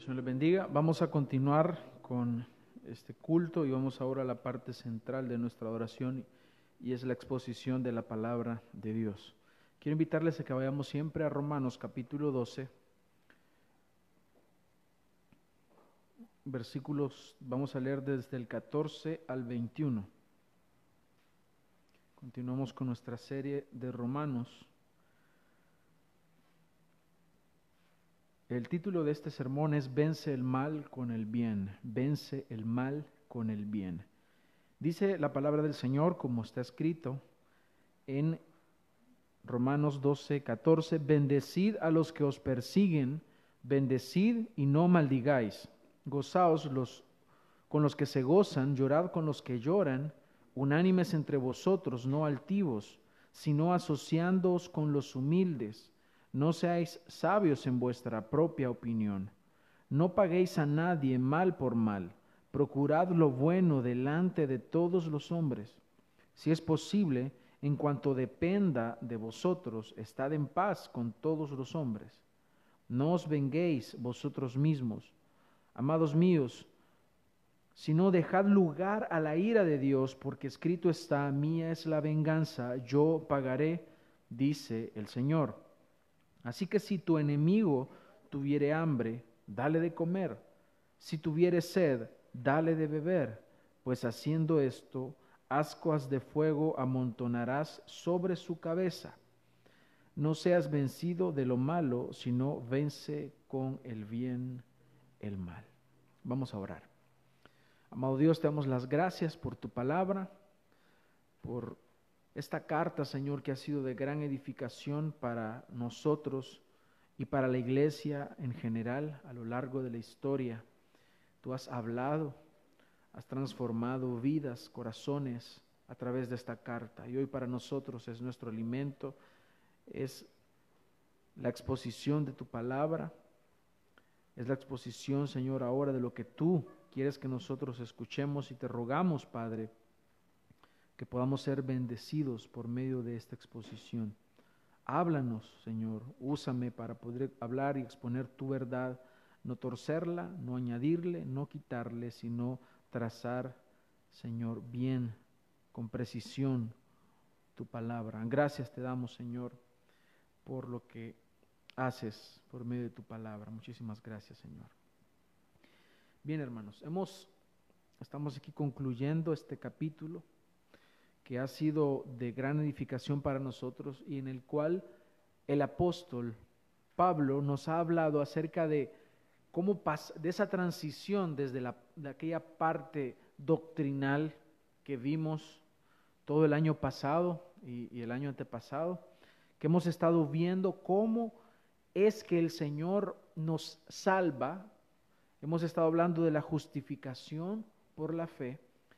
Señor les bendiga. Vamos a continuar con este culto y vamos ahora a la parte central de nuestra oración y es la exposición de la palabra de Dios. Quiero invitarles a que vayamos siempre a Romanos capítulo 12, versículos, vamos a leer desde el 14 al 21. Continuamos con nuestra serie de Romanos. El título de este sermón es Vence el mal con el bien, vence el mal con el bien. Dice la palabra del Señor, como está escrito en Romanos 12, 14, bendecid a los que os persiguen, bendecid y no maldigáis, gozaos con los que se gozan, llorad con los que lloran, unánimes entre vosotros, no altivos, sino asociándoos con los humildes. No seáis sabios en vuestra propia opinión. No paguéis a nadie mal por mal. Procurad lo bueno delante de todos los hombres. Si es posible, en cuanto dependa de vosotros, estad en paz con todos los hombres. No os venguéis vosotros mismos, amados míos, sino dejad lugar a la ira de Dios, porque escrito está, mía es la venganza, yo pagaré, dice el Señor. Así que si tu enemigo tuviere hambre, dale de comer. Si tuviere sed, dale de beber. Pues haciendo esto, ascuas de fuego amontonarás sobre su cabeza. No seas vencido de lo malo, sino vence con el bien el mal. Vamos a orar. Amado Dios, te damos las gracias por tu palabra, por esta carta, Señor, que ha sido de gran edificación para nosotros y para la iglesia en general a lo largo de la historia. Tú has hablado, has transformado vidas, corazones a través de esta carta y hoy para nosotros es nuestro alimento, es la exposición de tu palabra, es la exposición, Señor, ahora de lo que tú quieres que nosotros escuchemos y te rogamos, Padre, que podamos ser bendecidos por medio de esta exposición. Háblanos, Señor, úsame para poder hablar y exponer tu verdad, no torcerla, no añadirle, no quitarle, sino trazar, Señor, bien, con precisión tu palabra. Gracias te damos, Señor, por lo que haces por medio de tu palabra. Muchísimas gracias, Señor. Bien, hermanos, estamos aquí concluyendo este capítulo que ha sido de gran edificación para nosotros y en el cual el apóstol Pablo nos ha hablado acerca de cómo de esa transición desde de aquella parte doctrinal que vimos todo el año pasado y el año antepasado, que hemos estado viendo cómo es que el Señor nos salva. Hemos estado hablando de la justificación por la fe.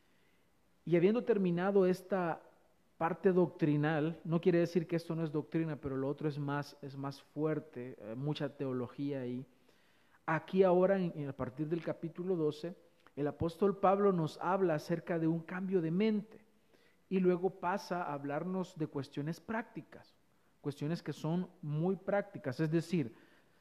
Y habiendo terminado esta parte doctrinal, no quiere decir que esto no es doctrina, pero lo otro es más fuerte, mucha teología ahí. Aquí ahora, a partir del capítulo 12, el apóstol Pablo nos habla acerca de un cambio de mente y luego pasa a hablarnos de cuestiones prácticas, cuestiones que son muy prácticas, es decir,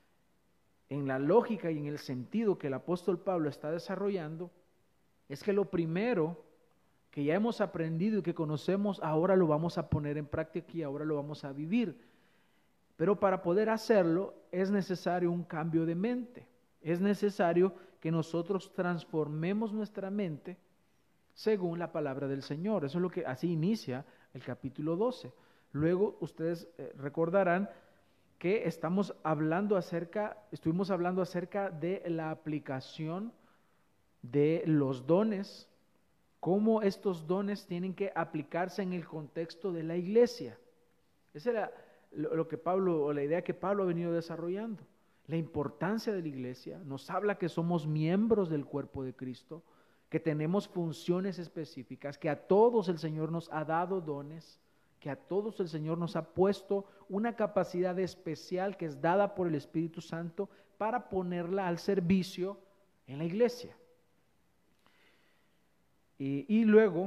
en la lógica y en el sentido que el apóstol Pablo está desarrollando, es que lo primero que ya hemos aprendido y que conocemos, ahora lo vamos a poner en práctica y ahora lo vamos a vivir. Pero para poder hacerlo es necesario un cambio de mente. Es necesario que nosotros transformemos nuestra mente según la palabra del Señor. Eso es lo que así inicia el capítulo 12. Luego ustedes recordarán que estuvimos hablando acerca de la aplicación de los dones, cómo estos dones tienen que aplicarse en el contexto de la iglesia. Esa era lo que Pablo, o la idea que Pablo ha venido desarrollando. La importancia de la iglesia, nos habla que somos miembros del cuerpo de Cristo, que tenemos funciones específicas, que a todos el Señor nos ha dado dones, que a todos el Señor nos ha puesto una capacidad especial que es dada por el Espíritu Santo para ponerla al servicio en la iglesia. Y luego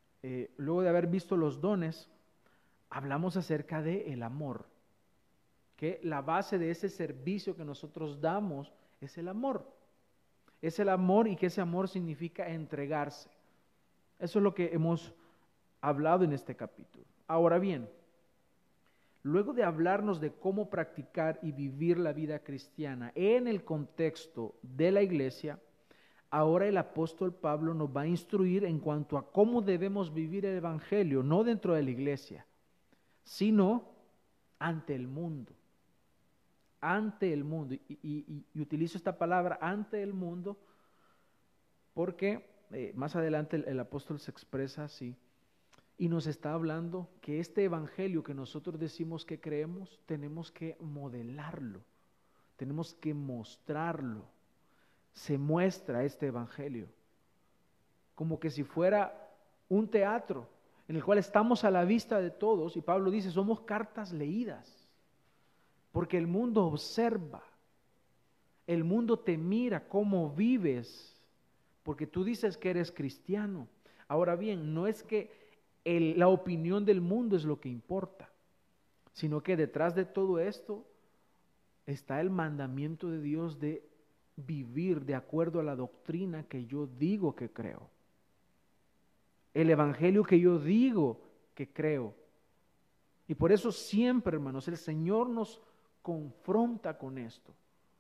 luego de haber visto los dones, hablamos acerca del amor. que la base de ese servicio que nosotros damos es el amor. Es el amor, y que ese amor significa entregarse. Eso es lo que hemos hablado en este capítulo. Ahora bien, luego de hablarnos de cómo practicar y vivir la vida cristiana en el contexto de la iglesia, ahora el apóstol Pablo nos va a instruir en cuanto a cómo debemos vivir el evangelio, no dentro de la iglesia, sino ante el mundo. Ante el mundo. Y utilizo esta palabra ante el mundo porque más adelante el apóstol se expresa así y nos está hablando que este evangelio que nosotros decimos que creemos, tenemos que modelarlo, tenemos que mostrarlo. Se muestra este evangelio como que si fuera un teatro en el cual estamos a la vista de todos, y Pablo dice, somos cartas leídas, porque el mundo observa, el mundo te mira cómo vives, porque tú dices que eres cristiano. Ahora bien, no es que la opinión del mundo es lo que importa, sino que detrás de todo esto está el mandamiento de Dios de vivir de acuerdo a la doctrina que yo digo que creo, el evangelio que yo digo que creo. Y por eso siempre, hermanos, el Señor nos confronta con esto.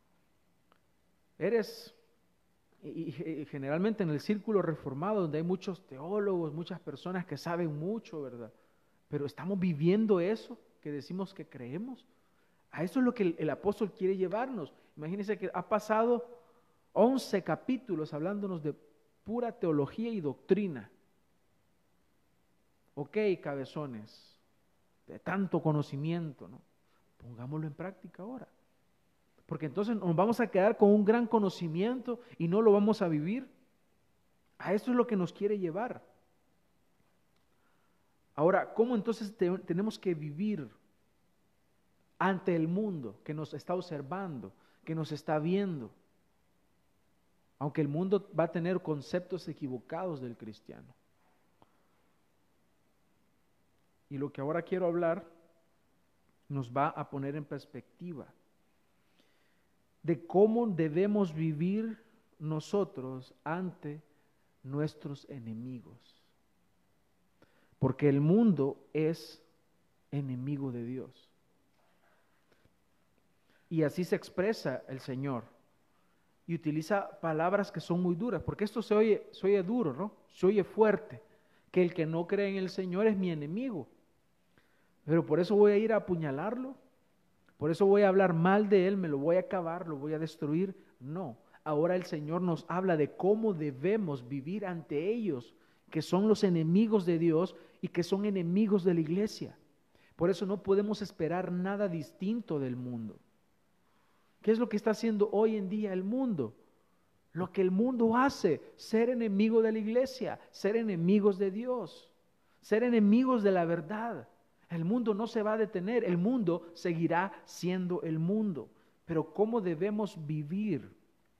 Y generalmente en el círculo reformado, donde hay muchos teólogos, muchas personas que saben mucho, ¿verdad? Pero estamos viviendo eso que decimos que creemos. A eso es lo que el apóstol quiere llevarnos. Imagínense que ha pasado 11 capítulos hablándonos de pura teología y doctrina. Ok, cabezones, de tanto conocimiento, ¿no? Pongámoslo en práctica ahora. Porque entonces nos vamos a quedar con un gran conocimiento y no lo vamos a vivir. A esto es lo que nos quiere llevar. Ahora, ¿cómo entonces tenemos que vivir ante el mundo que nos está observando, que nos está viendo? Aunque el mundo va a tener conceptos equivocados del cristiano. Y lo que ahora quiero hablar nos va a poner en perspectiva de cómo debemos vivir nosotros ante nuestros enemigos. Porque el mundo es enemigo de Dios. Y así se expresa el Señor. Y utiliza palabras que son muy duras, porque esto se oye duro, ¿no? Se oye fuerte, que el que no cree en el Señor es mi enemigo. Pero por eso voy a ir a apuñalarlo, por eso voy a hablar mal de él, me lo voy a acabar, lo voy a destruir. No, ahora el Señor nos habla de cómo debemos vivir ante ellos, que son los enemigos de Dios y que son enemigos de la iglesia. Por eso no podemos esperar nada distinto del mundo. ¿Qué es lo que está haciendo hoy en día el mundo? Lo que el mundo hace, ser enemigo de la iglesia, ser enemigos de Dios, ser enemigos de la verdad. El mundo no se va a detener, el mundo seguirá siendo el mundo. Pero ¿cómo debemos vivir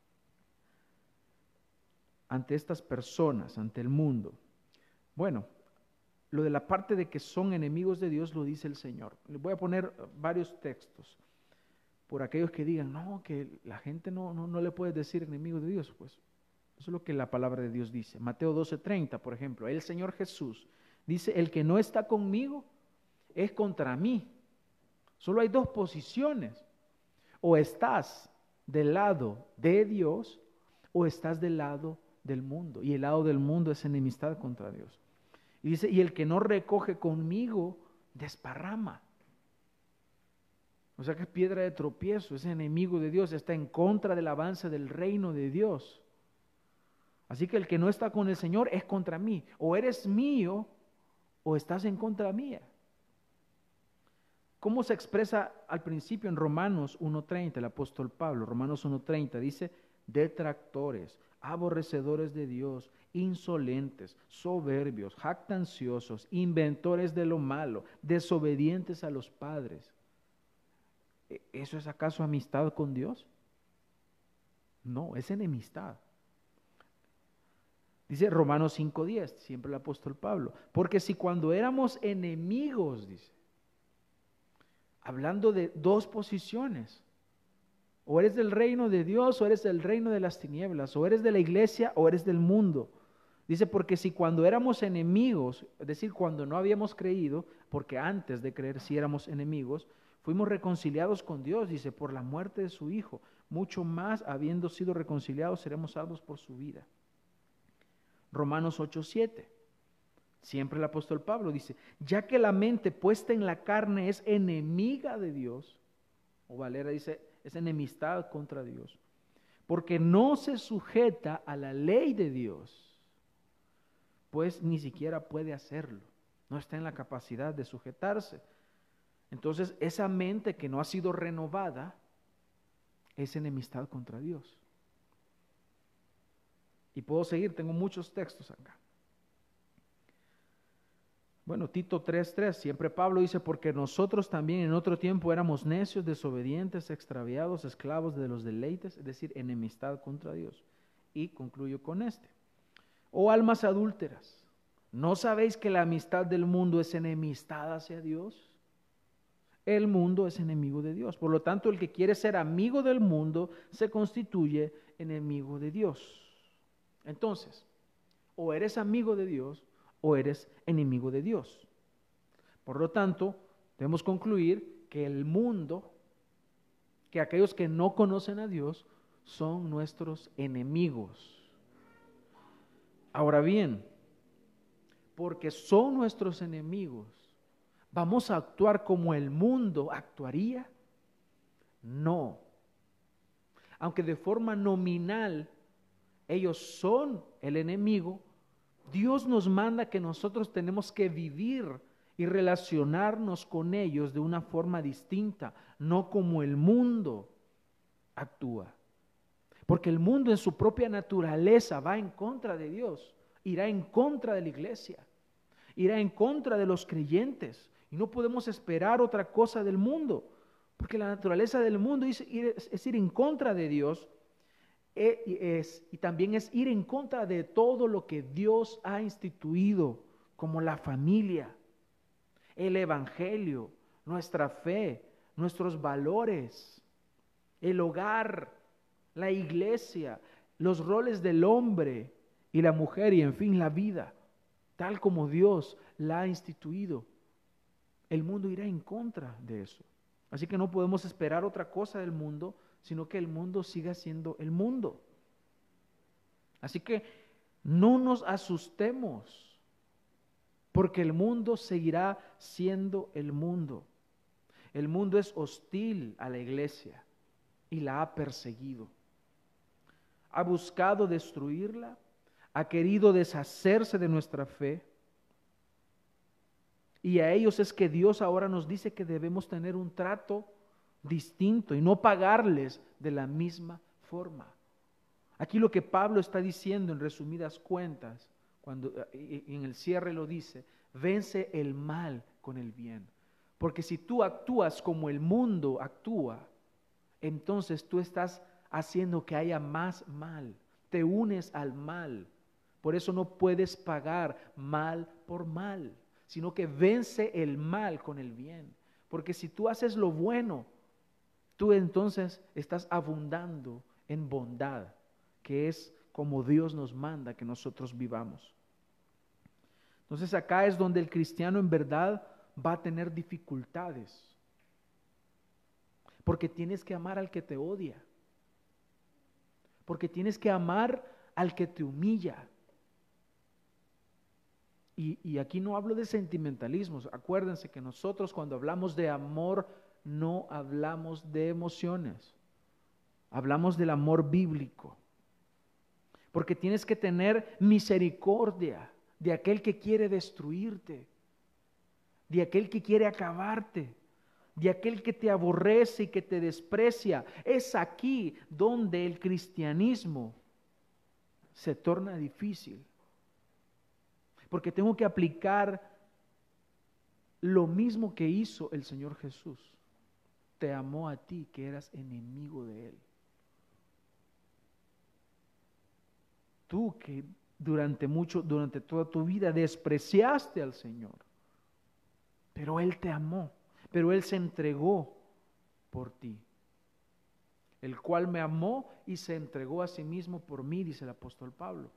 ante estas personas, ante el mundo? Bueno, lo de la parte de que son enemigos de Dios lo dice el Señor. Les voy a poner varios textos. Por aquellos que digan, no, que la gente no le puede decir enemigo de Dios, pues eso es lo que la palabra de Dios dice. Mateo 12:30, por ejemplo, el Señor Jesús dice, el que no está conmigo es contra mí. Solo hay dos posiciones, o estás del lado de Dios o estás del lado del mundo, y el lado del mundo es enemistad contra Dios. Y dice, y el que no recoge conmigo desparrama. O sea que es piedra de tropiezo, es enemigo de Dios, está en contra del avance del reino de Dios. Así que el que no está con el Señor es contra mí. O eres mío o estás en contra mía. ¿Cómo se expresa al principio en Romanos 1:30 el apóstol Pablo? Romanos 1:30 dice, detractores, aborrecedores de Dios, insolentes, soberbios, jactanciosos, inventores de lo malo, desobedientes a los padres. ¿Eso es acaso amistad con Dios? No, es enemistad. Dice Romanos 5:10, siempre el apóstol Pablo, porque si cuando éramos enemigos, dice, hablando de dos posiciones. O eres del reino de Dios o eres del reino de las tinieblas, o eres de la iglesia o eres del mundo. Dice, porque si cuando éramos enemigos, es decir, cuando no habíamos creído, porque antes de creer sí éramos enemigos, fuimos reconciliados con Dios, dice, por la muerte de su Hijo. Mucho más, habiendo sido reconciliados, seremos salvos por su vida. Romanos 8:7. Siempre el apóstol Pablo dice, ya que la mente puesta en la carne es enemiga de Dios, o Valera dice, es enemistad contra Dios, porque no se sujeta a la ley de Dios, pues ni siquiera puede hacerlo, no está en la capacidad de sujetarse. Entonces, esa mente que no ha sido renovada es enemistad contra Dios. Y puedo seguir, tengo muchos textos acá. Bueno, Tito 3:3, siempre Pablo dice, porque nosotros también en otro tiempo éramos necios, desobedientes, extraviados, esclavos de los deleites, es decir, enemistad contra Dios. Y concluyo con este. Oh almas adúlteras, ¿no sabéis que la amistad del mundo es enemistad hacia Dios? El mundo es enemigo de Dios. Por lo tanto, el que quiere ser amigo del mundo se constituye enemigo de Dios. Entonces, o eres amigo de Dios o eres enemigo de Dios. Por lo tanto, debemos concluir que el mundo, que aquellos que no conocen a Dios, son nuestros enemigos. Ahora bien, porque son nuestros enemigos, ¿vamos a actuar como el mundo actuaría? No. Aunque de forma nominal ellos son el enemigo, Dios nos manda que nosotros tenemos que vivir y relacionarnos con ellos de una forma distinta, no como el mundo actúa. Porque el mundo en su propia naturaleza va en contra de Dios, irá en contra de la iglesia, irá en contra de los creyentes. Y no podemos esperar otra cosa del mundo, porque la naturaleza del mundo es ir en contra de Dios, y también es ir en contra de todo lo que Dios ha instituido, como la familia, el evangelio, nuestra fe, nuestros valores, el hogar, la iglesia, los roles del hombre y la mujer, y en fin, la vida, tal como Dios la ha instituido. El mundo irá en contra de eso. Así que no podemos esperar otra cosa del mundo, sino que el mundo siga siendo el mundo. Así que no nos asustemos, porque el mundo seguirá siendo el mundo. El mundo es hostil a la iglesia y la ha perseguido. Ha buscado destruirla, ha querido deshacerse de nuestra fe. Y a ellos es que Dios ahora nos dice que debemos tener un trato distinto y no pagarles de la misma forma. Aquí lo que Pablo está diciendo en resumidas cuentas, cuando en el cierre lo dice, vence el mal con el bien. Porque si tú actúas como el mundo actúa, entonces tú estás haciendo que haya más mal, te unes al mal. Por eso no puedes pagar mal por mal, sino que vence el mal con el bien. Porque si tú haces lo bueno, tú entonces estás abundando en bondad, que es como Dios nos manda que nosotros vivamos. Entonces acá es donde el cristiano en verdad va a tener dificultades, porque tienes que amar al que te odia, porque tienes que amar al que te humilla. Y aquí no hablo de sentimentalismos. Acuérdense que nosotros cuando hablamos de amor no hablamos de emociones, hablamos del amor bíblico. Porque tienes que tener misericordia de aquel que quiere destruirte, de aquel que quiere acabarte, de aquel que te aborrece y que te desprecia. Es aquí donde el cristianismo se torna difícil. Porque tengo que aplicar lo mismo que hizo el Señor Jesús. Te amó a ti que eras enemigo de Él. Tú que durante toda tu vida despreciaste al Señor, pero Él te amó. pero Él se entregó por ti, el cual me amó y se entregó a sí mismo por mí, dice el apóstol Pablo.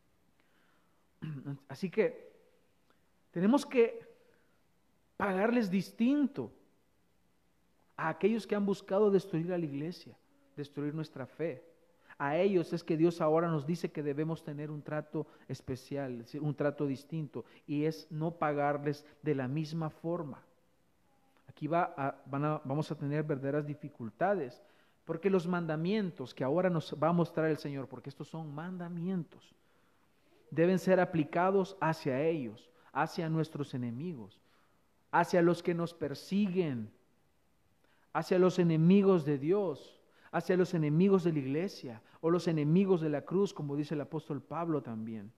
Así que tenemos que pagarles distinto a aquellos que han buscado destruir a la iglesia, destruir nuestra fe. A ellos es que Dios ahora nos dice que debemos tener un trato especial, un trato distinto, y es no pagarles de la misma forma. Aquí vamos a tener verdaderas dificultades, porque los mandamientos que ahora nos va a mostrar el Señor, porque estos son mandamientos, deben ser aplicados hacia ellos, hacia nuestros enemigos, hacia los que nos persiguen, hacia los enemigos de Dios, hacia los enemigos de la iglesia o los enemigos de la cruz, como dice el apóstol Pablo también.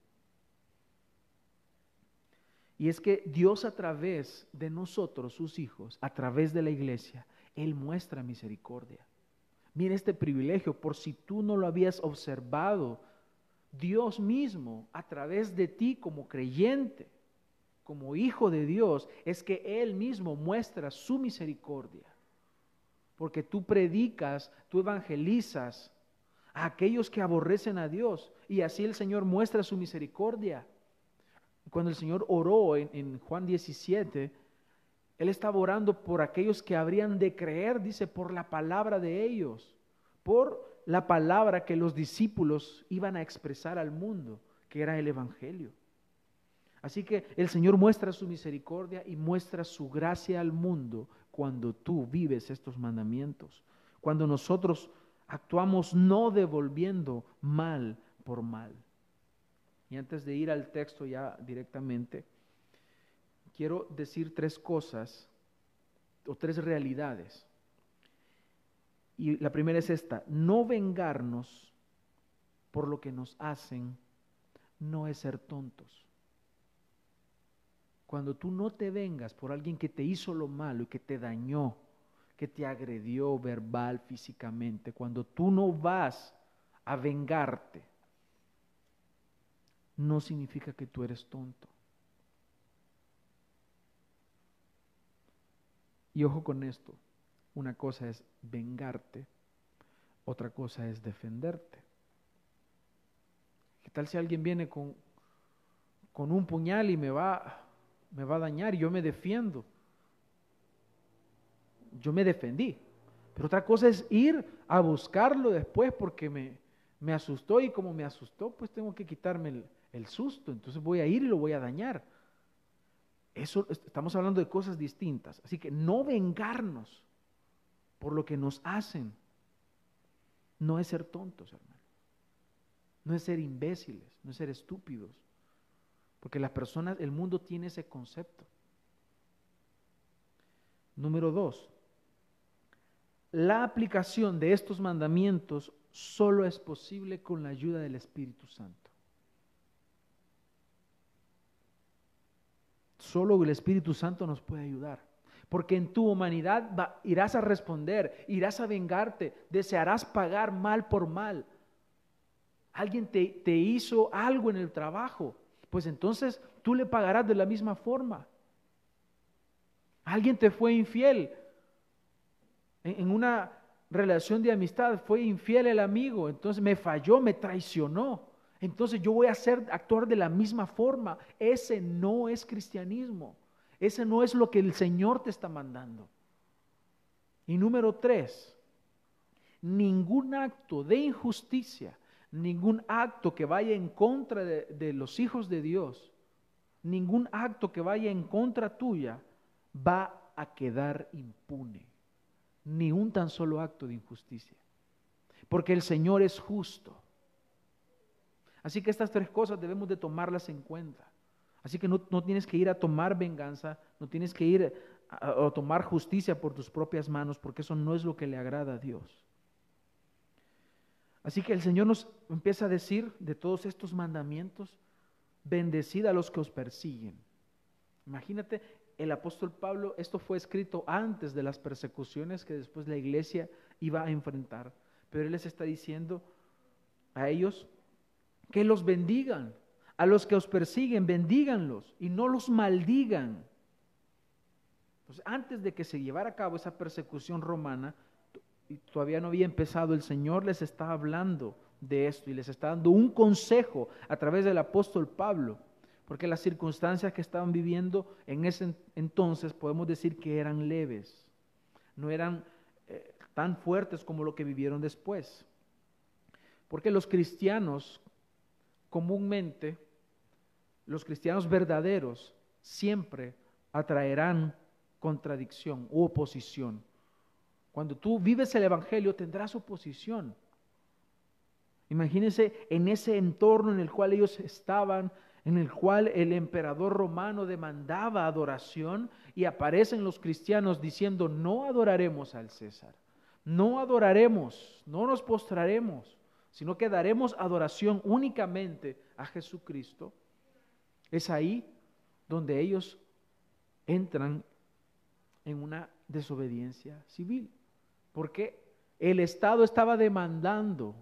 Y es que Dios, a través de nosotros, sus hijos, a través de la iglesia, Él muestra misericordia. Mira este privilegio, por si tú no lo habías observado, Dios mismo, a través de ti como creyente, como hijo de Dios, es que Él mismo muestra su misericordia. Porque tú predicas, tú evangelizas a aquellos que aborrecen a Dios, y así el Señor muestra su misericordia. Cuando el Señor oró en Juan 17, Él estaba orando por aquellos que habrían de creer, dice, por la palabra de ellos, por la palabra que los discípulos iban a expresar al mundo, que era el Evangelio. Así que el Señor muestra su misericordia y muestra su gracia al mundo cuando tú vives estos mandamientos, cuando nosotros actuamos no devolviendo mal por mal. Y antes de ir al texto ya directamente, quiero decir tres cosas o tres realidades. Y la primera es esta: no vengarnos por lo que nos hacen no es ser tontos. Cuando tú no te vengas por alguien que te hizo lo malo y que te dañó, que te agredió verbal, físicamente, cuando tú no vas a vengarte, no significa que tú eres tonto. Y ojo con esto, una cosa es vengarte, otra cosa es defenderte. ¿Qué tal si alguien viene con un puñal y me va a dañar y yo me defiendo? Yo me defendí, pero otra cosa es ir a buscarlo después porque me asustó, y como me asustó, pues tengo que quitarme el susto, entonces voy a ir y lo voy a dañar. Eso, estamos hablando de cosas distintas, así que no vengarnos por lo que nos hacen no es ser tontos, hermano, no es ser imbéciles, no es ser estúpidos, porque las personas, el mundo tiene ese concepto. Número 2, la aplicación de estos mandamientos solo es posible con la ayuda del Espíritu Santo. Solo el Espíritu Santo nos puede ayudar, porque en tu humanidad irás a responder, irás a vengarte, desearás pagar mal por mal. Alguien te hizo algo en el trabajo, pues entonces tú le pagarás de la misma forma. Alguien te fue infiel en una relación de amistad, fue infiel el amigo, entonces me falló, me traicionó. Entonces yo voy a actuar de la misma forma. Ese no es cristianismo. Ese no es lo que el Señor te está mandando. Y número 3, ningún acto de injusticia, ningún acto que vaya en contra de los hijos de Dios, ningún acto que vaya en contra tuya va a quedar impune. Ni un tan solo acto de injusticia. Porque el Señor es justo. Así que estas tres cosas debemos de tomarlas en cuenta. Así que no tienes que ir a tomar venganza, no tienes que ir a tomar justicia por tus propias manos, porque eso no es lo que le agrada a Dios. Así que el Señor nos empieza a decir de todos estos mandamientos: bendecid a los que os persiguen. Imagínate, el apóstol Pablo, esto fue escrito antes de las persecuciones que después la iglesia iba a enfrentar, pero él les está diciendo a ellos que los bendigan, a los que os persiguen, bendíganlos y no los maldigan. Entonces, antes de que se llevara a cabo esa persecución romana, y todavía no había empezado, el Señor les está hablando de esto y les está dando un consejo a través del apóstol Pablo, porque las circunstancias que estaban viviendo en ese entonces podemos decir que eran leves, no eran tan fuertes como lo que vivieron después. Porque los cristianos, comúnmente, los cristianos verdaderos, siempre atraerán contradicción u oposición. Cuando tú vives el Evangelio tendrás oposición. Imagínense en ese entorno en el cual ellos estaban, en el cual el emperador romano demandaba adoración y aparecen los cristianos diciendo: no adoraremos al César, no adoraremos, no nos postraremos, sino que daremos adoración únicamente a Jesucristo. Es ahí donde ellos entran en una desobediencia civil, porque el Estado estaba demandando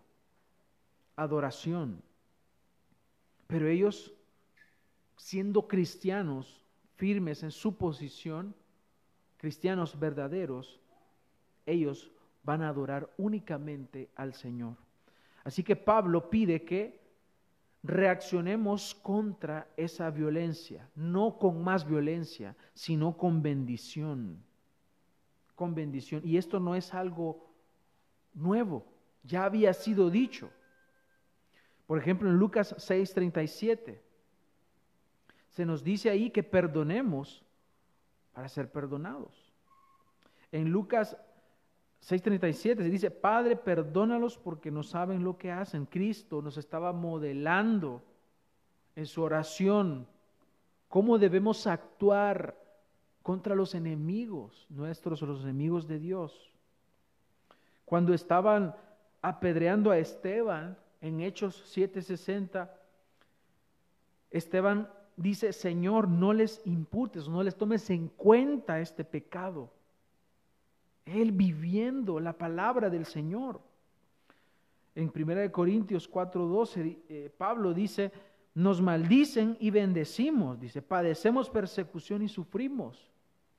adoración, pero ellos, siendo cristianos firmes en su posición, cristianos verdaderos, ellos van a adorar únicamente al Señor. Así que Pablo pide que reaccionemos contra esa violencia, no con más violencia, sino con bendición. Con bendición. Y esto no es algo nuevo, ya había sido dicho. Por ejemplo, en Lucas 6:37, se nos dice ahí que perdonemos para ser perdonados. En Lucas 6:37 se dice: Padre, perdónalos porque no saben lo que hacen. Cristo nos estaba modelando en su oración cómo debemos actuar contra los enemigos nuestros o los enemigos de Dios. Cuando estaban apedreando a Esteban en Hechos 7:60, Esteban dice: Señor, no les imputes, no les tomes en cuenta este pecado. Él viviendo la palabra del Señor. En 1 Corintios 4:12, Pablo dice: nos maldicen y bendecimos, dice, padecemos persecución y sufrimos.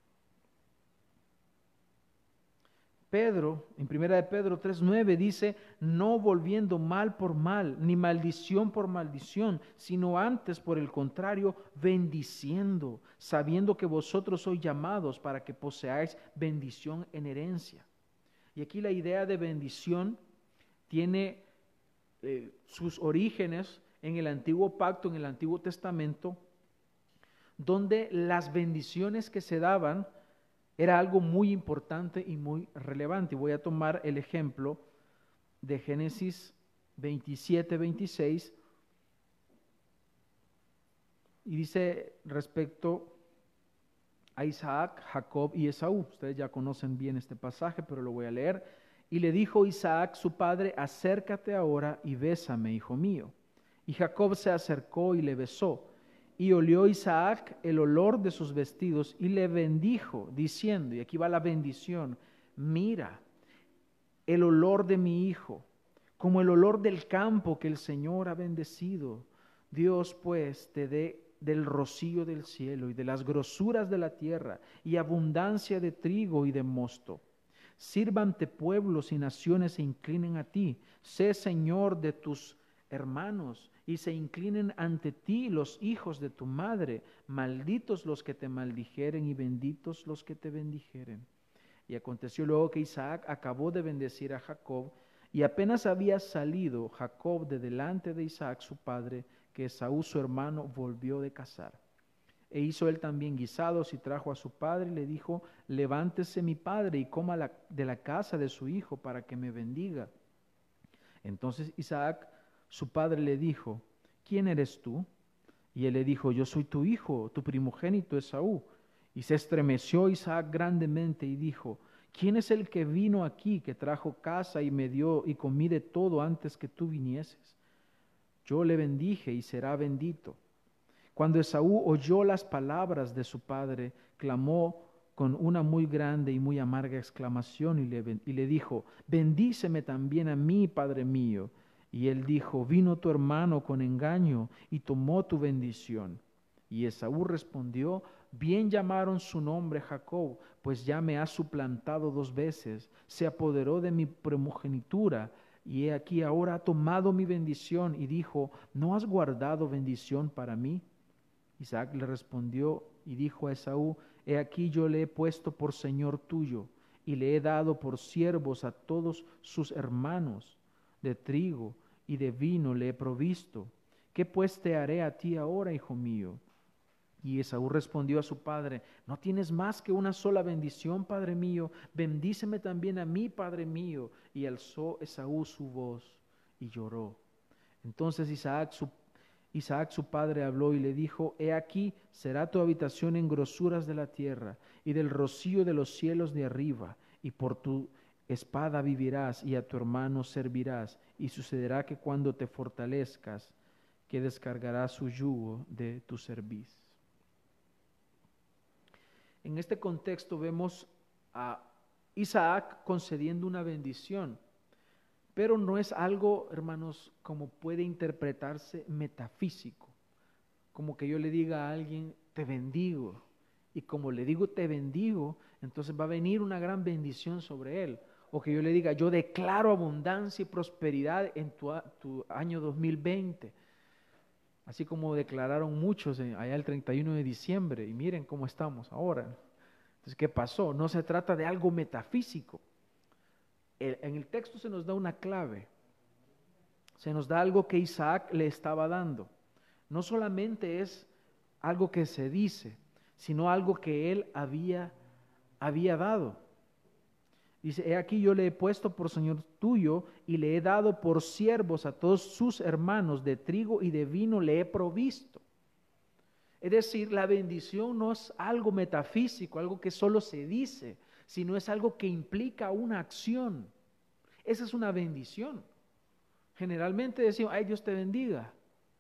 Pedro, en 1 de Pedro 3:9 dice: no volviendo mal por mal, ni maldición por maldición, sino antes por el contrario, bendiciendo, sabiendo que vosotros sois llamados para que poseáis bendición en herencia. Y aquí la idea de bendición tiene sus orígenes en el Antiguo Pacto, en el Antiguo Testamento, donde las bendiciones que se daban era algo muy importante y muy relevante. Voy a tomar el ejemplo de Génesis 27:26, y dice respecto a Isaac, Jacob y Esaú. Ustedes ya conocen bien este pasaje, pero lo voy a leer. Y le dijo Isaac su padre: acércate ahora y bésame, hijo mío. Y Jacob se acercó y le besó. Y olió Isaac el olor de sus vestidos y le bendijo, diciendo, y aquí va la bendición: mira, el olor de mi hijo, como el olor del campo que el Señor ha bendecido. Dios pues te dé del rocío del cielo y de las grosuras de la tierra y abundancia de trigo y de mosto. Sírvante pueblos y naciones se inclinen a ti. Sé Señor de tus hermanos y se inclinen ante ti los hijos de tu madre. Malditos los que te maldijeren y benditos los que te bendijeren. Y aconteció luego que Isaac acabó de bendecir a Jacob, y apenas había salido Jacob de delante de Isaac su padre, que Esaú su hermano volvió de cazar. E hizo él también guisados y trajo a su padre y le dijo: levántese mi padre y coma de la casa de su hijo para que me bendiga. Entonces Isaac su padre le dijo: ¿quién eres tú? Y él le dijo: yo soy tu hijo, tu primogénito Esaú. Y se estremeció Isaac grandemente y dijo: ¿quién es el que vino aquí, que trajo casa y me dio y comí de todo antes que tú vinieses? Yo le bendije y será bendito. Cuando Esaú oyó las palabras de su padre, clamó con una muy grande y muy amarga exclamación y le dijo: bendíceme también a mí, padre mío. Y él dijo: vino tu hermano con engaño y tomó tu bendición. Y Esaú respondió: bien llamaron su nombre Jacob, pues ya me ha suplantado 2 veces, se apoderó de mi primogenitura, y he aquí ahora ha tomado mi bendición, y dijo, ¿no has guardado bendición para mí? Isaac le respondió y dijo a Esaú, he aquí yo le he puesto por señor tuyo, y le he dado por siervos a todos sus hermanos, de trigo y de vino le he provisto. ¿Qué pues te haré a ti ahora, hijo mío? Y Esaú respondió a su padre, ¿no tienes más que una sola bendición, padre mío? Bendíceme también a mí, padre mío. Y alzó Esaú su voz y lloró. Entonces Isaac su padre habló y le dijo, he aquí será tu habitación en grosuras de la tierra y del rocío de los cielos de arriba, y por tu espada vivirás y a tu hermano servirás, y sucederá que cuando te fortalezcas, que descargarás su yugo de tu cerviz. En este contexto vemos a Isaac concediendo una bendición, pero no es algo, hermanos, como puede interpretarse metafísico, como que yo le diga a alguien, te bendigo, y como le digo te bendigo, entonces va a venir una gran bendición sobre él, o que yo le diga, yo declaro abundancia y prosperidad en tu año 2020, así como declararon muchos allá el 31 de diciembre, y miren cómo estamos ahora. Entonces, ¿qué pasó? No se trata de algo metafísico. En el texto se nos da una clave, se nos da algo que Isaac le estaba dando. No solamente es algo que se dice, sino algo que él había dado. Dice, he aquí yo le he puesto por señor tuyo y le he dado por siervos a todos sus hermanos, de trigo y de vino le he provisto. Es decir, la bendición no es algo metafísico, algo que solo se dice, sino es algo que implica una acción. Esa es una bendición. Generalmente decimos, ay, Dios te bendiga.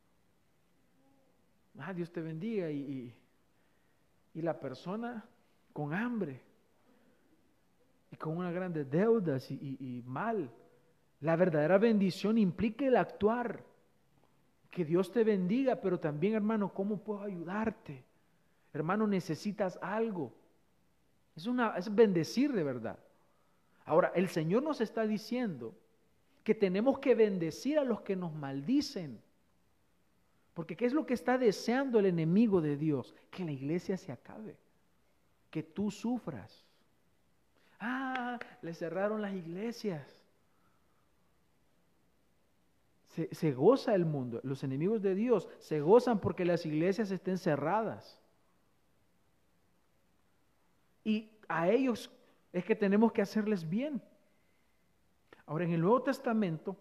Ah, Dios te bendiga. Y la persona con hambre y con unas grandes deudas y mal. La verdadera bendición implica el actuar. Que Dios te bendiga, pero también, hermano, ¿cómo puedo ayudarte? Hermano, necesitas algo. Es bendecir de verdad. Ahora, el Señor nos está diciendo que tenemos que bendecir a los que nos maldicen. Porque ¿qué es lo que está deseando el enemigo de Dios? Que la iglesia se acabe, que tú sufras. Ah, le cerraron las iglesias. Se goza el mundo, los enemigos de Dios se gozan porque las iglesias estén cerradas. Y a ellos es que tenemos que hacerles bien. Ahora, en el Nuevo Testamento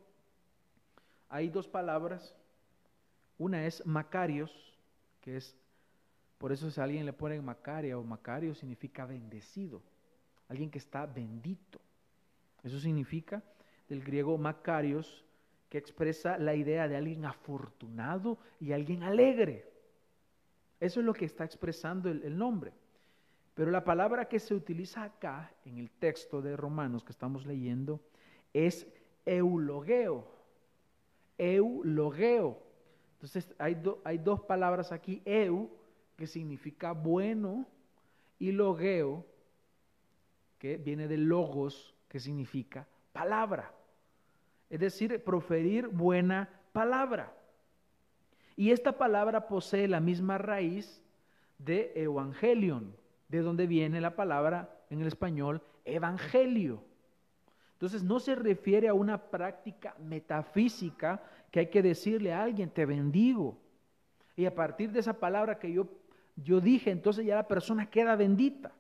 hay 2 palabras. Una es Macarios, que es, por eso si a alguien le ponen Macaria o Macario, significa bendecido, alguien que está bendito. Eso significa del griego Macarios, que expresa la idea de alguien afortunado y alguien alegre. Eso es lo que está expresando el nombre. Pero la palabra que se utiliza acá, en el texto de Romanos que estamos leyendo, es eulogeo. Eulogeo. Entonces hay 2 palabras aquí, eu, que significa bueno, y logeo, que viene de logos, que significa palabra. Es decir, proferir buena palabra. Y esta palabra posee la misma raíz de evangelion, de donde viene la palabra en el español evangelio. Entonces no se refiere a una práctica metafísica que hay que decirle a alguien, te bendigo. Y a partir de esa palabra que yo dije, entonces ya la persona queda bendita.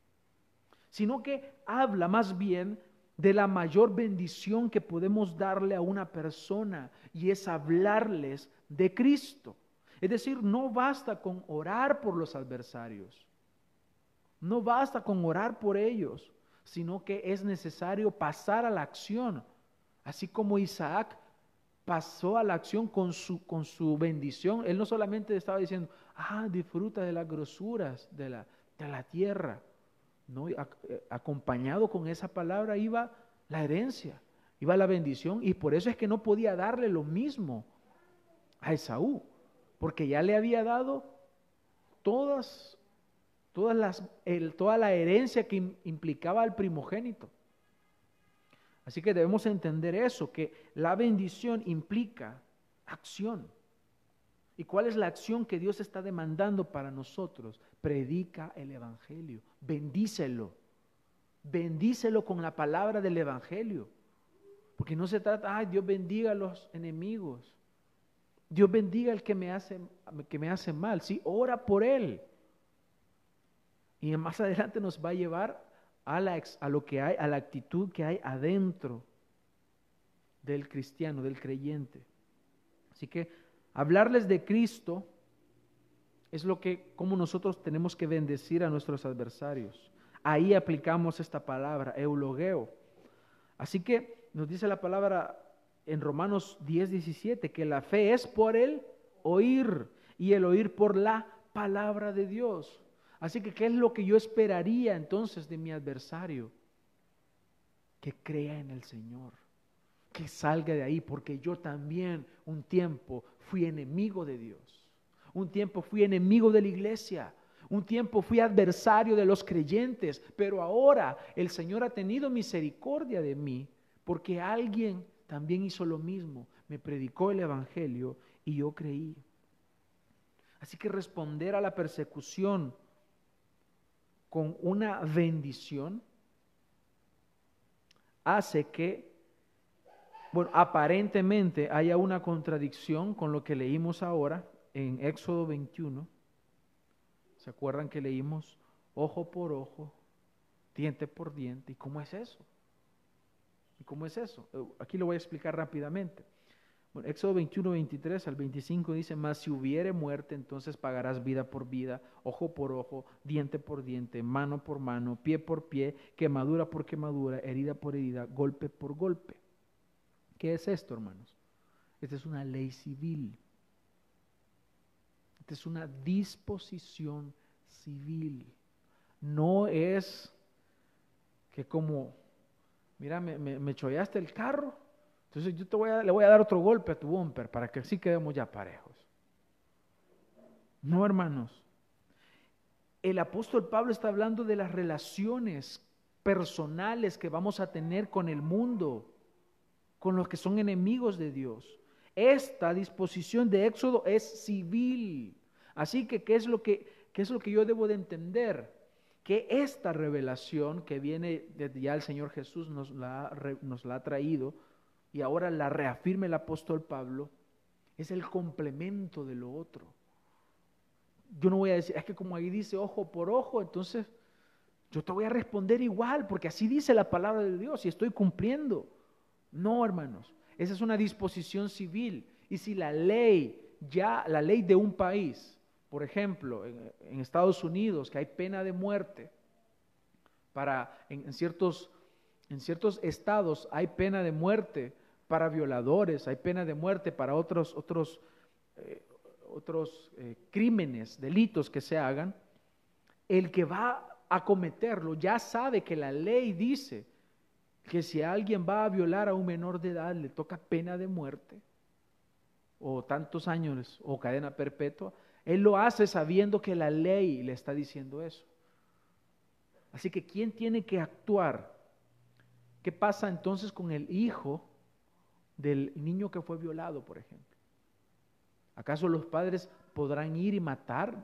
Sino que habla más bien de la mayor bendición que podemos darle a una persona, y es hablarles de Cristo. Es decir, no basta con orar por los adversarios, no basta con orar por ellos, sino que es necesario pasar a la acción, así como Isaac pasó a la acción con su bendición. Él no solamente estaba diciendo, disfruta de las grosuras de la tierra. No, acompañado con esa palabra iba la herencia, iba la bendición, y por eso es que no podía darle lo mismo a Esaú, porque ya le había dado todas toda la herencia que implicaba al primogénito. Así que debemos entender eso, que la bendición implica acción. ¿Y cuál es la acción que Dios está demandando para nosotros? Predica el Evangelio, bendícelo. Bendícelo con la palabra del Evangelio. Porque no se trata, ay, Dios bendiga a los enemigos. Dios bendiga al que me hace mal. Sí, ora por él. Y más adelante nos va a llevar a lo que hay, a la actitud que hay adentro del cristiano, del creyente. Así que hablarles de Cristo es como nosotros tenemos que bendecir a nuestros adversarios. Ahí aplicamos esta palabra, eulogeo. Así que nos dice la palabra en Romanos 10:17, que la fe es por el oír y el oír por la palabra de Dios. Así que, ¿qué es lo que yo esperaría entonces de mi adversario? Que crea en el Señor, que salga de ahí, porque yo también un tiempo fui enemigo de Dios, un tiempo fui enemigo de la iglesia, un tiempo fui adversario de los creyentes, pero ahora el Señor ha tenido misericordia de mí, porque alguien también hizo lo mismo, me predicó el Evangelio y yo creí. Así que responder a la persecución con una bendición hace que, bueno, aparentemente haya una contradicción con lo que leímos ahora en Éxodo 21. ¿Se acuerdan que leímos ojo por ojo, diente por diente? ¿Y cómo es eso? ¿Y cómo es eso? Aquí lo voy a explicar rápidamente. Bueno, Éxodo 21, 23 al 25 dice, mas si hubiere muerte, entonces pagarás vida por vida, ojo por ojo, diente por diente, mano por mano, pie por pie, quemadura por quemadura, herida por herida, golpe por golpe. ¿Qué es esto, hermanos? Esta es una ley civil. Esta es una disposición civil. No es que como, mira, me chollaste el carro, entonces yo le voy a dar otro golpe a tu bumper para que así quedemos ya parejos. No, hermanos. El apóstol Pablo está hablando de las relaciones personales que vamos a tener con el mundo, con los que son enemigos de Dios. Esta disposición de Éxodo es civil. Así que, ¿qué es lo que yo debo de entender? Que esta revelación que viene desde ya el Señor Jesús nos la ha traído, y ahora la reafirma el apóstol Pablo, es el complemento de lo otro. Yo no voy a decir, es que como ahí dice ojo por ojo, entonces yo te voy a responder igual, porque así dice la palabra de Dios y estoy cumpliendo. No, hermanos, esa es una disposición civil. Y si la ley de un país, por ejemplo, en Estados Unidos, que hay pena de muerte, en ciertos estados hay pena de muerte para violadores, hay pena de muerte para otros crímenes, delitos que se hagan, el que va a cometerlo ya sabe que la ley dice que si alguien va a violar a un menor de edad le toca pena de muerte o tantos años o cadena perpetua. Él lo hace sabiendo que la ley le está diciendo eso. Así que ¿quién tiene que actuar? ¿Qué pasa entonces con el hijo del niño que fue violado, por ejemplo? ¿Acaso los padres podrán ir y matar?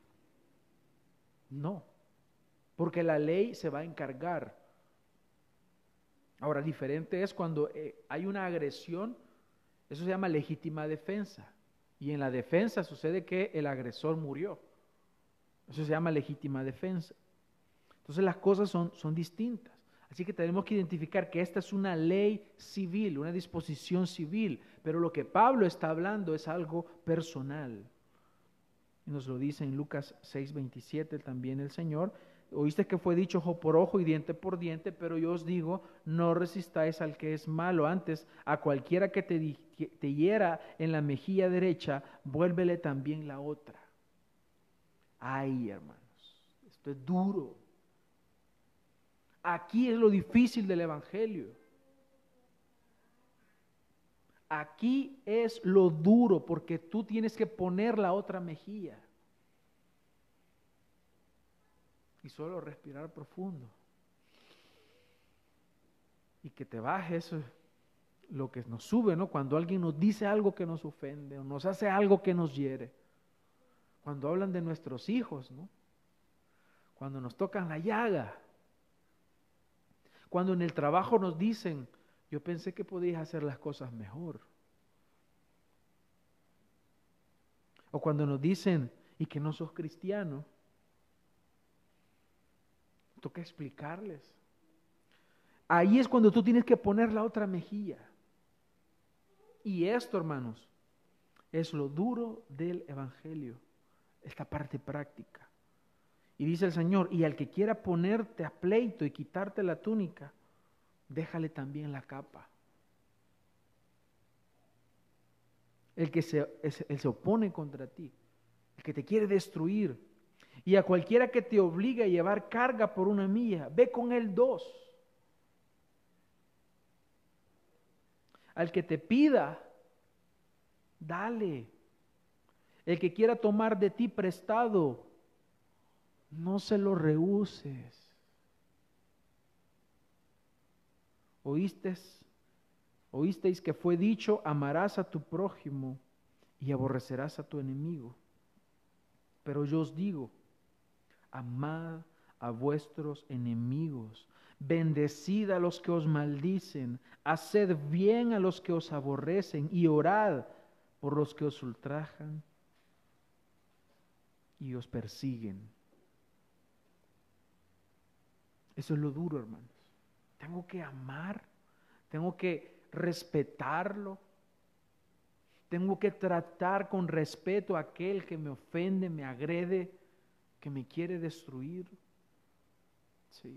No, porque la ley se va a encargar. Ahora, diferente es cuando hay una agresión, eso se llama legítima defensa. Y en la defensa sucede que el agresor murió. Eso se llama legítima defensa. Entonces las cosas son distintas. Así que tenemos que identificar que esta es una ley civil, una disposición civil, pero lo que Pablo está hablando es algo personal. Y nos lo dice en Lucas 6:27 también el Señor. Oíste que fue dicho ojo por ojo y diente por diente, pero yo os digo, no resistáis al que es malo. Antes, a cualquiera que te hiera en la mejilla derecha, vuélvele también la otra. Ay, hermanos, esto es duro. Aquí es lo difícil del Evangelio. Aquí es lo duro porque tú tienes que poner la otra mejilla. y solo respirar profundo. Y que te baje eso, lo que nos sube, ¿no? Cuando alguien nos dice algo que nos ofende o nos hace algo que nos hiere. Cuando hablan de nuestros hijos, ¿no? Cuando nos tocan la llaga. Cuando en el trabajo nos dicen, yo pensé que podías hacer las cosas mejor. O cuando nos dicen, y que no sos cristiano. Toca explicarles. Ahí es cuando tú tienes que poner la otra mejilla. Y esto, hermanos, es lo duro del evangelio, esta parte práctica. Y dice el Señor, y al que quiera ponerte a pleito y quitarte la túnica, déjale también la capa. El que se opone contra ti, el que te quiere destruir, y a cualquiera que te obligue a llevar carga por 1 milla, ve con él 2. Al que te pida, dale. El que quiera tomar de ti prestado, no se lo rehuses. Oísteis que fue dicho, amarás a tu prójimo y aborrecerás a tu enemigo. Pero yo os digo, amad a vuestros enemigos, bendecid a los que os maldicen, haced bien a los que os aborrecen y orad por los que os ultrajan y os persiguen. Eso es lo duro, hermanos. Tengo que amar, tengo que respetarlo, tengo que tratar con respeto a aquel que me ofende, me agrede, que me quiere destruir. Sí.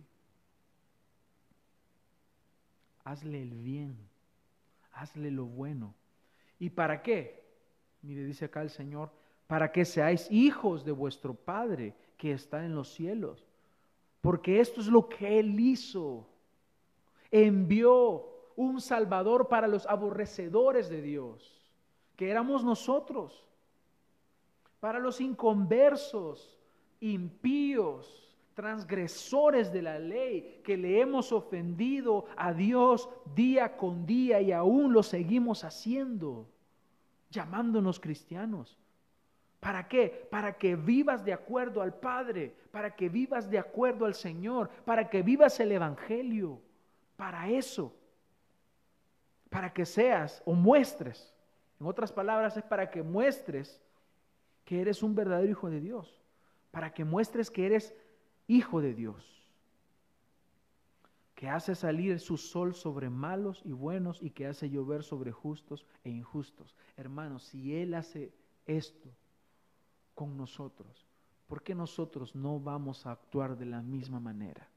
Hazle el bien, hazle lo bueno. ¿Y para qué? Mire, dice acá el Señor, para que seáis hijos de vuestro Padre que está en los cielos. Porque esto es lo que Él hizo. Envió un Salvador para los aborrecedores de Dios, que éramos nosotros, para los inconversos, impíos, transgresores de la ley, que le hemos ofendido a Dios día con día y aún lo seguimos haciendo, llamándonos cristianos. ¿Para qué? Para que vivas de acuerdo al Padre, para que vivas de acuerdo al Señor, para que vivas el Evangelio. Para eso, para que seas o muestres, en otras palabras es para que muestres que eres un verdadero hijo de Dios, para que muestres que eres hijo de Dios, que hace salir su sol sobre malos y buenos y que hace llover sobre justos e injustos. Hermanos, si Él hace esto con nosotros, ¿por qué nosotros no vamos a actuar de la misma manera?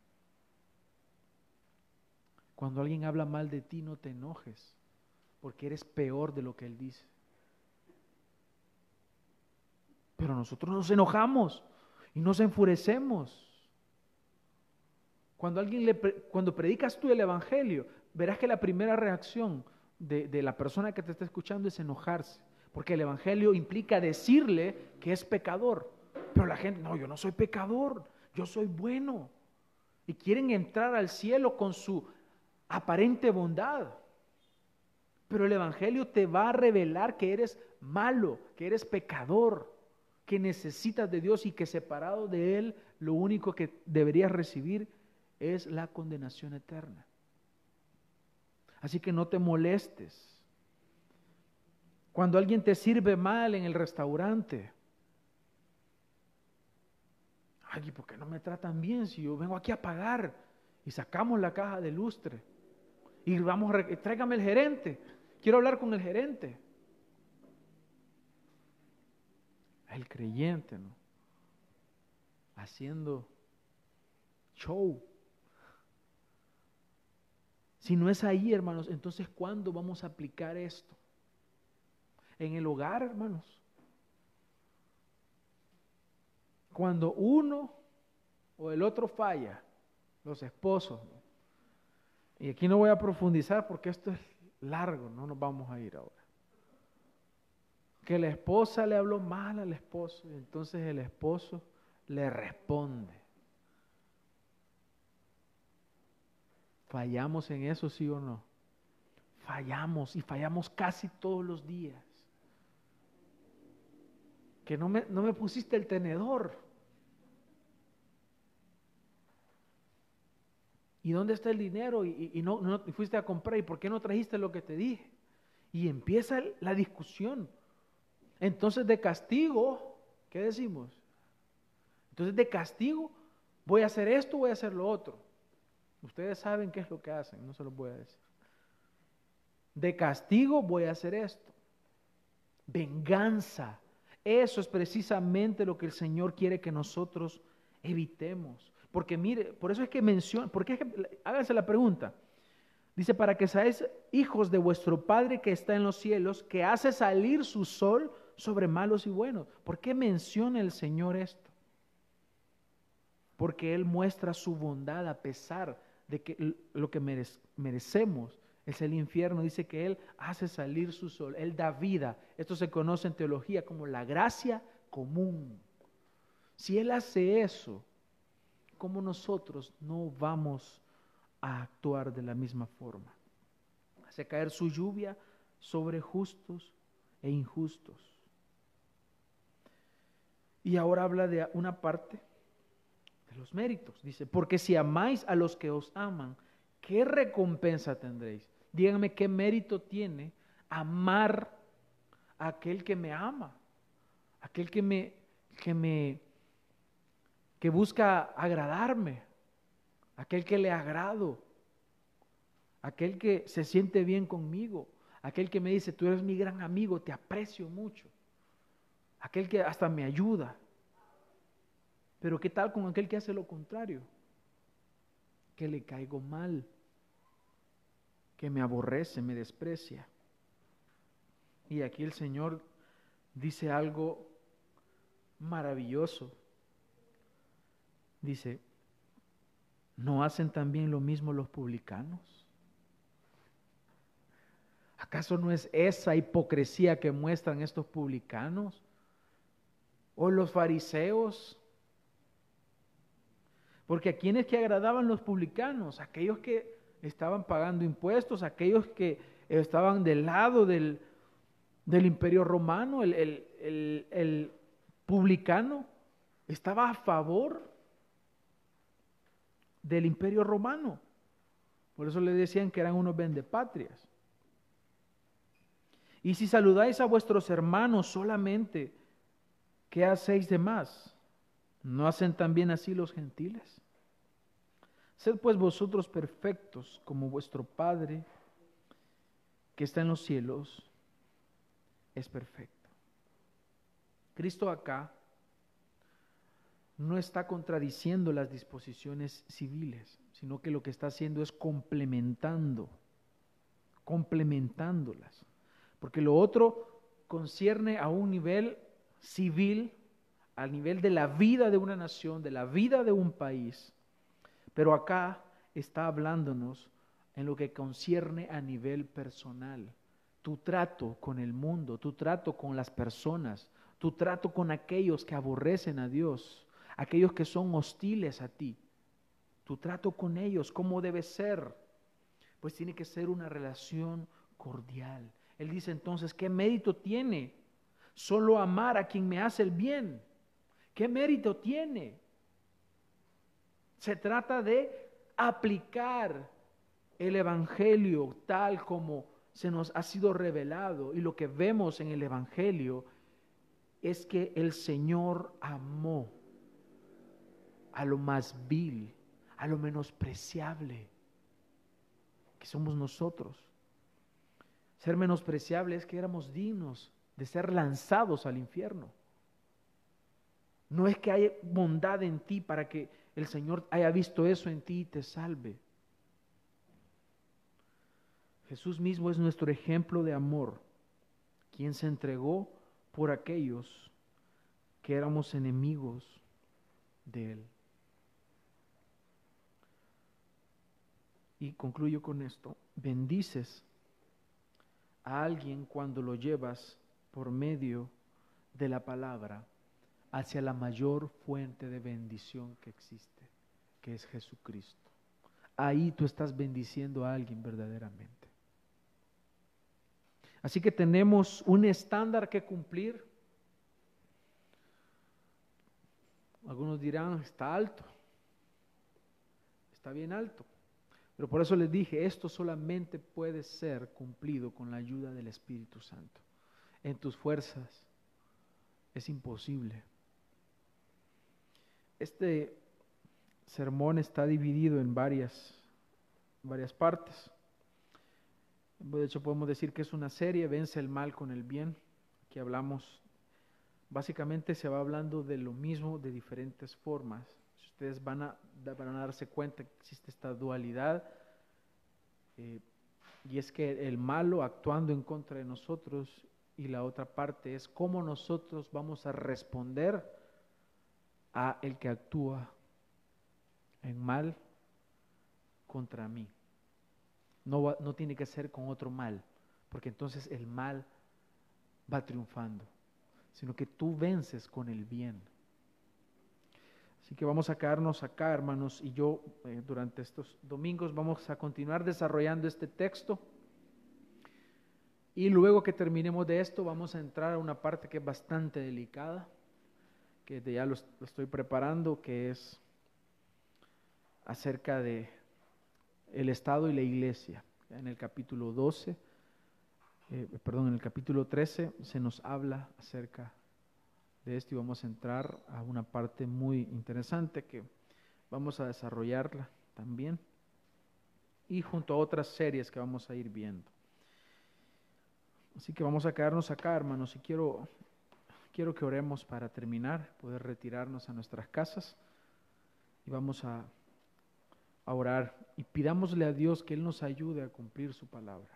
Cuando alguien habla mal de ti, no te enojes, porque eres peor de lo que él dice. Pero nosotros nos enojamos y nos enfurecemos. Cuando predicas tú el Evangelio, verás que la primera reacción de la persona que te está escuchando es enojarse, porque el Evangelio implica decirle que es pecador. Pero la gente, no, yo no soy pecador, yo soy bueno. Y quieren entrar al cielo con su aparente bondad. Pero el Evangelio te va a revelar que eres malo, que eres pecador, que necesitas de Dios y que separado de Él, lo único que deberías recibir es la condenación eterna. Así que no te molestes. Cuando alguien te sirve mal en el restaurante, ay, ¿por qué no me tratan bien si yo vengo aquí a pagar? Y sacamos la caja de lustre y vamos, tráigame el gerente, quiero hablar con el gerente. El creyente, ¿no? Haciendo show. Si no es ahí, hermanos, entonces ¿cuándo vamos a aplicar esto? En el hogar, hermanos. Cuando uno o el otro falla, los esposos, ¿no? Y aquí no voy a profundizar porque esto es largo, no nos vamos a ir ahora. Que la esposa le habló mal al esposo y entonces el esposo le responde. ¿Fallamos en eso, sí o no? Fallamos y fallamos casi todos los días. Que no me pusiste el tenedor. ¿Y dónde está el dinero? Y no fuiste a comprar. ¿Y por qué no trajiste lo que te dije? Y empieza la discusión. Entonces de castigo, ¿qué decimos? Entonces de castigo, voy a hacer esto, voy a hacer lo otro. Ustedes saben qué es lo que hacen, no se los voy a decir. De castigo voy a hacer esto. Venganza. Eso es precisamente lo que el Señor quiere que nosotros evitemos. Porque mire, por eso es que menciona, porque es que, háganse la pregunta. Dice, para que seáis hijos de vuestro Padre que está en los cielos, que hace salir su sol sobre malos y buenos. ¿Por qué menciona el Señor esto? Porque Él muestra su bondad a pesar de que lo que merecemos es el infierno. Dice que Él hace salir su sol, Él da vida. Esto se conoce en teología como la gracia común. Si Él hace eso, ¿cómo nosotros no vamos a actuar de la misma forma? Hace caer su lluvia sobre justos e injustos. Y ahora habla de una parte de los méritos. Dice, porque si amáis a los que os aman, ¿qué recompensa tendréis? Díganme qué mérito tiene amar a aquel que me ama, aquel que busca agradarme, aquel que le agrado, aquel que se siente bien conmigo, aquel que me dice, tú eres mi gran amigo, te aprecio mucho, aquel que hasta me ayuda. Pero ¿qué tal con aquel que hace lo contrario? Que le caigo mal, que me aborrece, me desprecia. Y aquí el Señor dice algo maravilloso. Dice, ¿no hacen también lo mismo los publicanos? ¿Acaso no es esa hipocresía que muestran estos publicanos? ¿O los fariseos? Porque ¿a quiénes que agradaban los publicanos? Aquellos que estaban pagando impuestos, aquellos que estaban del lado del imperio romano, el publicano estaba a favor del imperio romano. Por eso le decían que eran unos vendepatrias. Y si saludáis a vuestros hermanos solamente, ¿qué hacéis de más? ¿No hacen también así los gentiles? Sed pues vosotros perfectos como vuestro Padre que está en los cielos es perfecto. Cristo acá no está contradiciendo las disposiciones civiles, sino que lo que está haciendo es complementándolas. Porque lo otro concierne a un nivel civil, al nivel de la vida de una nación, de la vida de un país. Pero acá está hablándonos en lo que concierne a nivel personal. Tu trato con el mundo, tu trato con las personas, tu trato con aquellos que aborrecen a Dios, aquellos que son hostiles a ti. Tu trato con ellos, ¿cómo debe ser? Pues tiene que ser una relación cordial. Él dice entonces, ¿qué mérito tiene solo amar a quien me hace el bien? ¿Qué mérito tiene? Se trata de aplicar el Evangelio tal como se nos ha sido revelado. Y lo que vemos en el Evangelio es que el Señor amó a lo más vil, a lo menospreciable, que somos nosotros. Ser menospreciable es que éramos dignos de ser lanzados al infierno. No es que haya bondad en ti para que el Señor haya visto eso en ti y te salve. Jesús mismo es nuestro ejemplo de amor, quien se entregó por aquellos que éramos enemigos de Él. Y concluyo con esto. Bendices a alguien cuando lo llevas por medio de la palabra hacia la mayor fuente de bendición que existe, que es Jesucristo. ahí tú estás bendiciendo a alguien verdaderamente. Así que tenemos un estándar que cumplir. Algunos dirán, está alto, está bien alto. Pero por eso les dije, esto solamente puede ser cumplido con la ayuda del Espíritu Santo. En tus fuerzas es imposible. Este sermón está dividido en varias partes. De hecho, podemos decir que es una serie, Vence el mal con el bien, que hablamos, básicamente se va hablando de lo mismo de diferentes formas. Si ustedes van a darse cuenta que existe esta dualidad, y es que el malo actuando en contra de nosotros, y la otra parte es cómo nosotros vamos a responder a el que actúa en mal contra mí. No tiene que ser con otro mal, porque entonces el mal va triunfando, sino que tú vences con el bien. Así que vamos a quedarnos acá, hermanos, y yo durante estos domingos vamos a continuar desarrollando este texto, y luego que terminemos de esto vamos a entrar a una parte que es bastante delicada, que ya lo estoy preparando, que es acerca de el Estado y la Iglesia. En el capítulo 12, en el capítulo 13 se nos habla acerca de esto y vamos a entrar a una parte muy interesante que vamos a desarrollarla también y junto a otras series que vamos a ir viendo. Así que vamos a quedarnos acá, hermanos, y quiero que oremos para terminar, poder retirarnos a nuestras casas y vamos a orar y pidámosle a Dios que Él nos ayude a cumplir su palabra.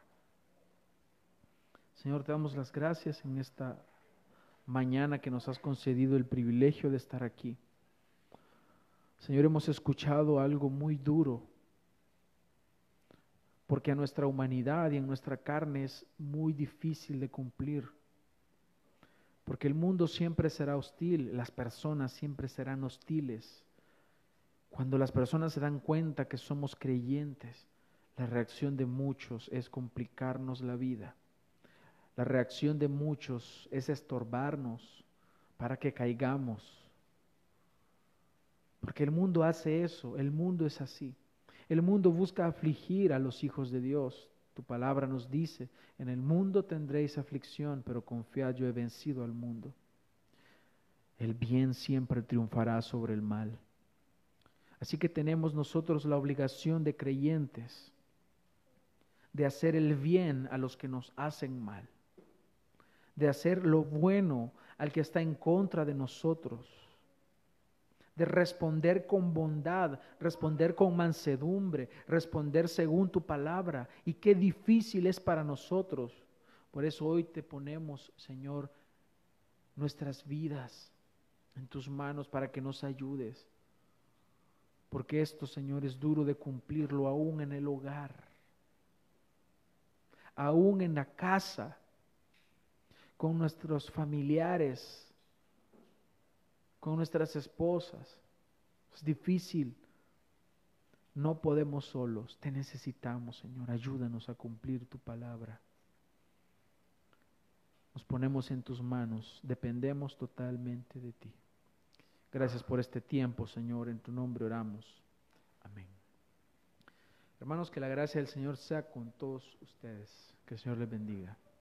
Señor, te damos las gracias en esta mañana que nos has concedido el privilegio de estar aquí. Señor, hemos escuchado algo muy duro, porque a nuestra humanidad y en nuestra carne es muy difícil de cumplir, porque el mundo siempre será hostil, las personas siempre serán hostiles. Cuando las personas se dan cuenta que somos creyentes, la reacción de muchos es complicarnos la vida. La reacción de muchos es estorbarnos para que caigamos. Porque el mundo hace eso, el mundo es así. El mundo busca afligir a los hijos de Dios. Tu palabra nos dice, en el mundo tendréis aflicción, pero confiad, yo he vencido al mundo. El bien siempre triunfará sobre el mal. Así que tenemos nosotros la obligación de creyentes de hacer el bien a los que nos hacen mal, de hacer lo bueno al que está en contra de nosotros, de responder con bondad, responder con mansedumbre, responder según tu palabra. Y qué difícil es para nosotros. Por eso hoy te ponemos, Señor, nuestras vidas en tus manos para que nos ayudes. Porque esto, Señor, es duro de cumplirlo aún en el hogar, aún en la casa, con nuestros familiares, con nuestras esposas. Es difícil. No podemos solos. Te necesitamos, Señor. Ayúdanos a cumplir tu palabra. Nos ponemos en tus manos. Dependemos totalmente de ti. Gracias por este tiempo, Señor. En tu nombre oramos. Amén. Hermanos, que la gracia del Señor sea con todos ustedes. Que el Señor les bendiga.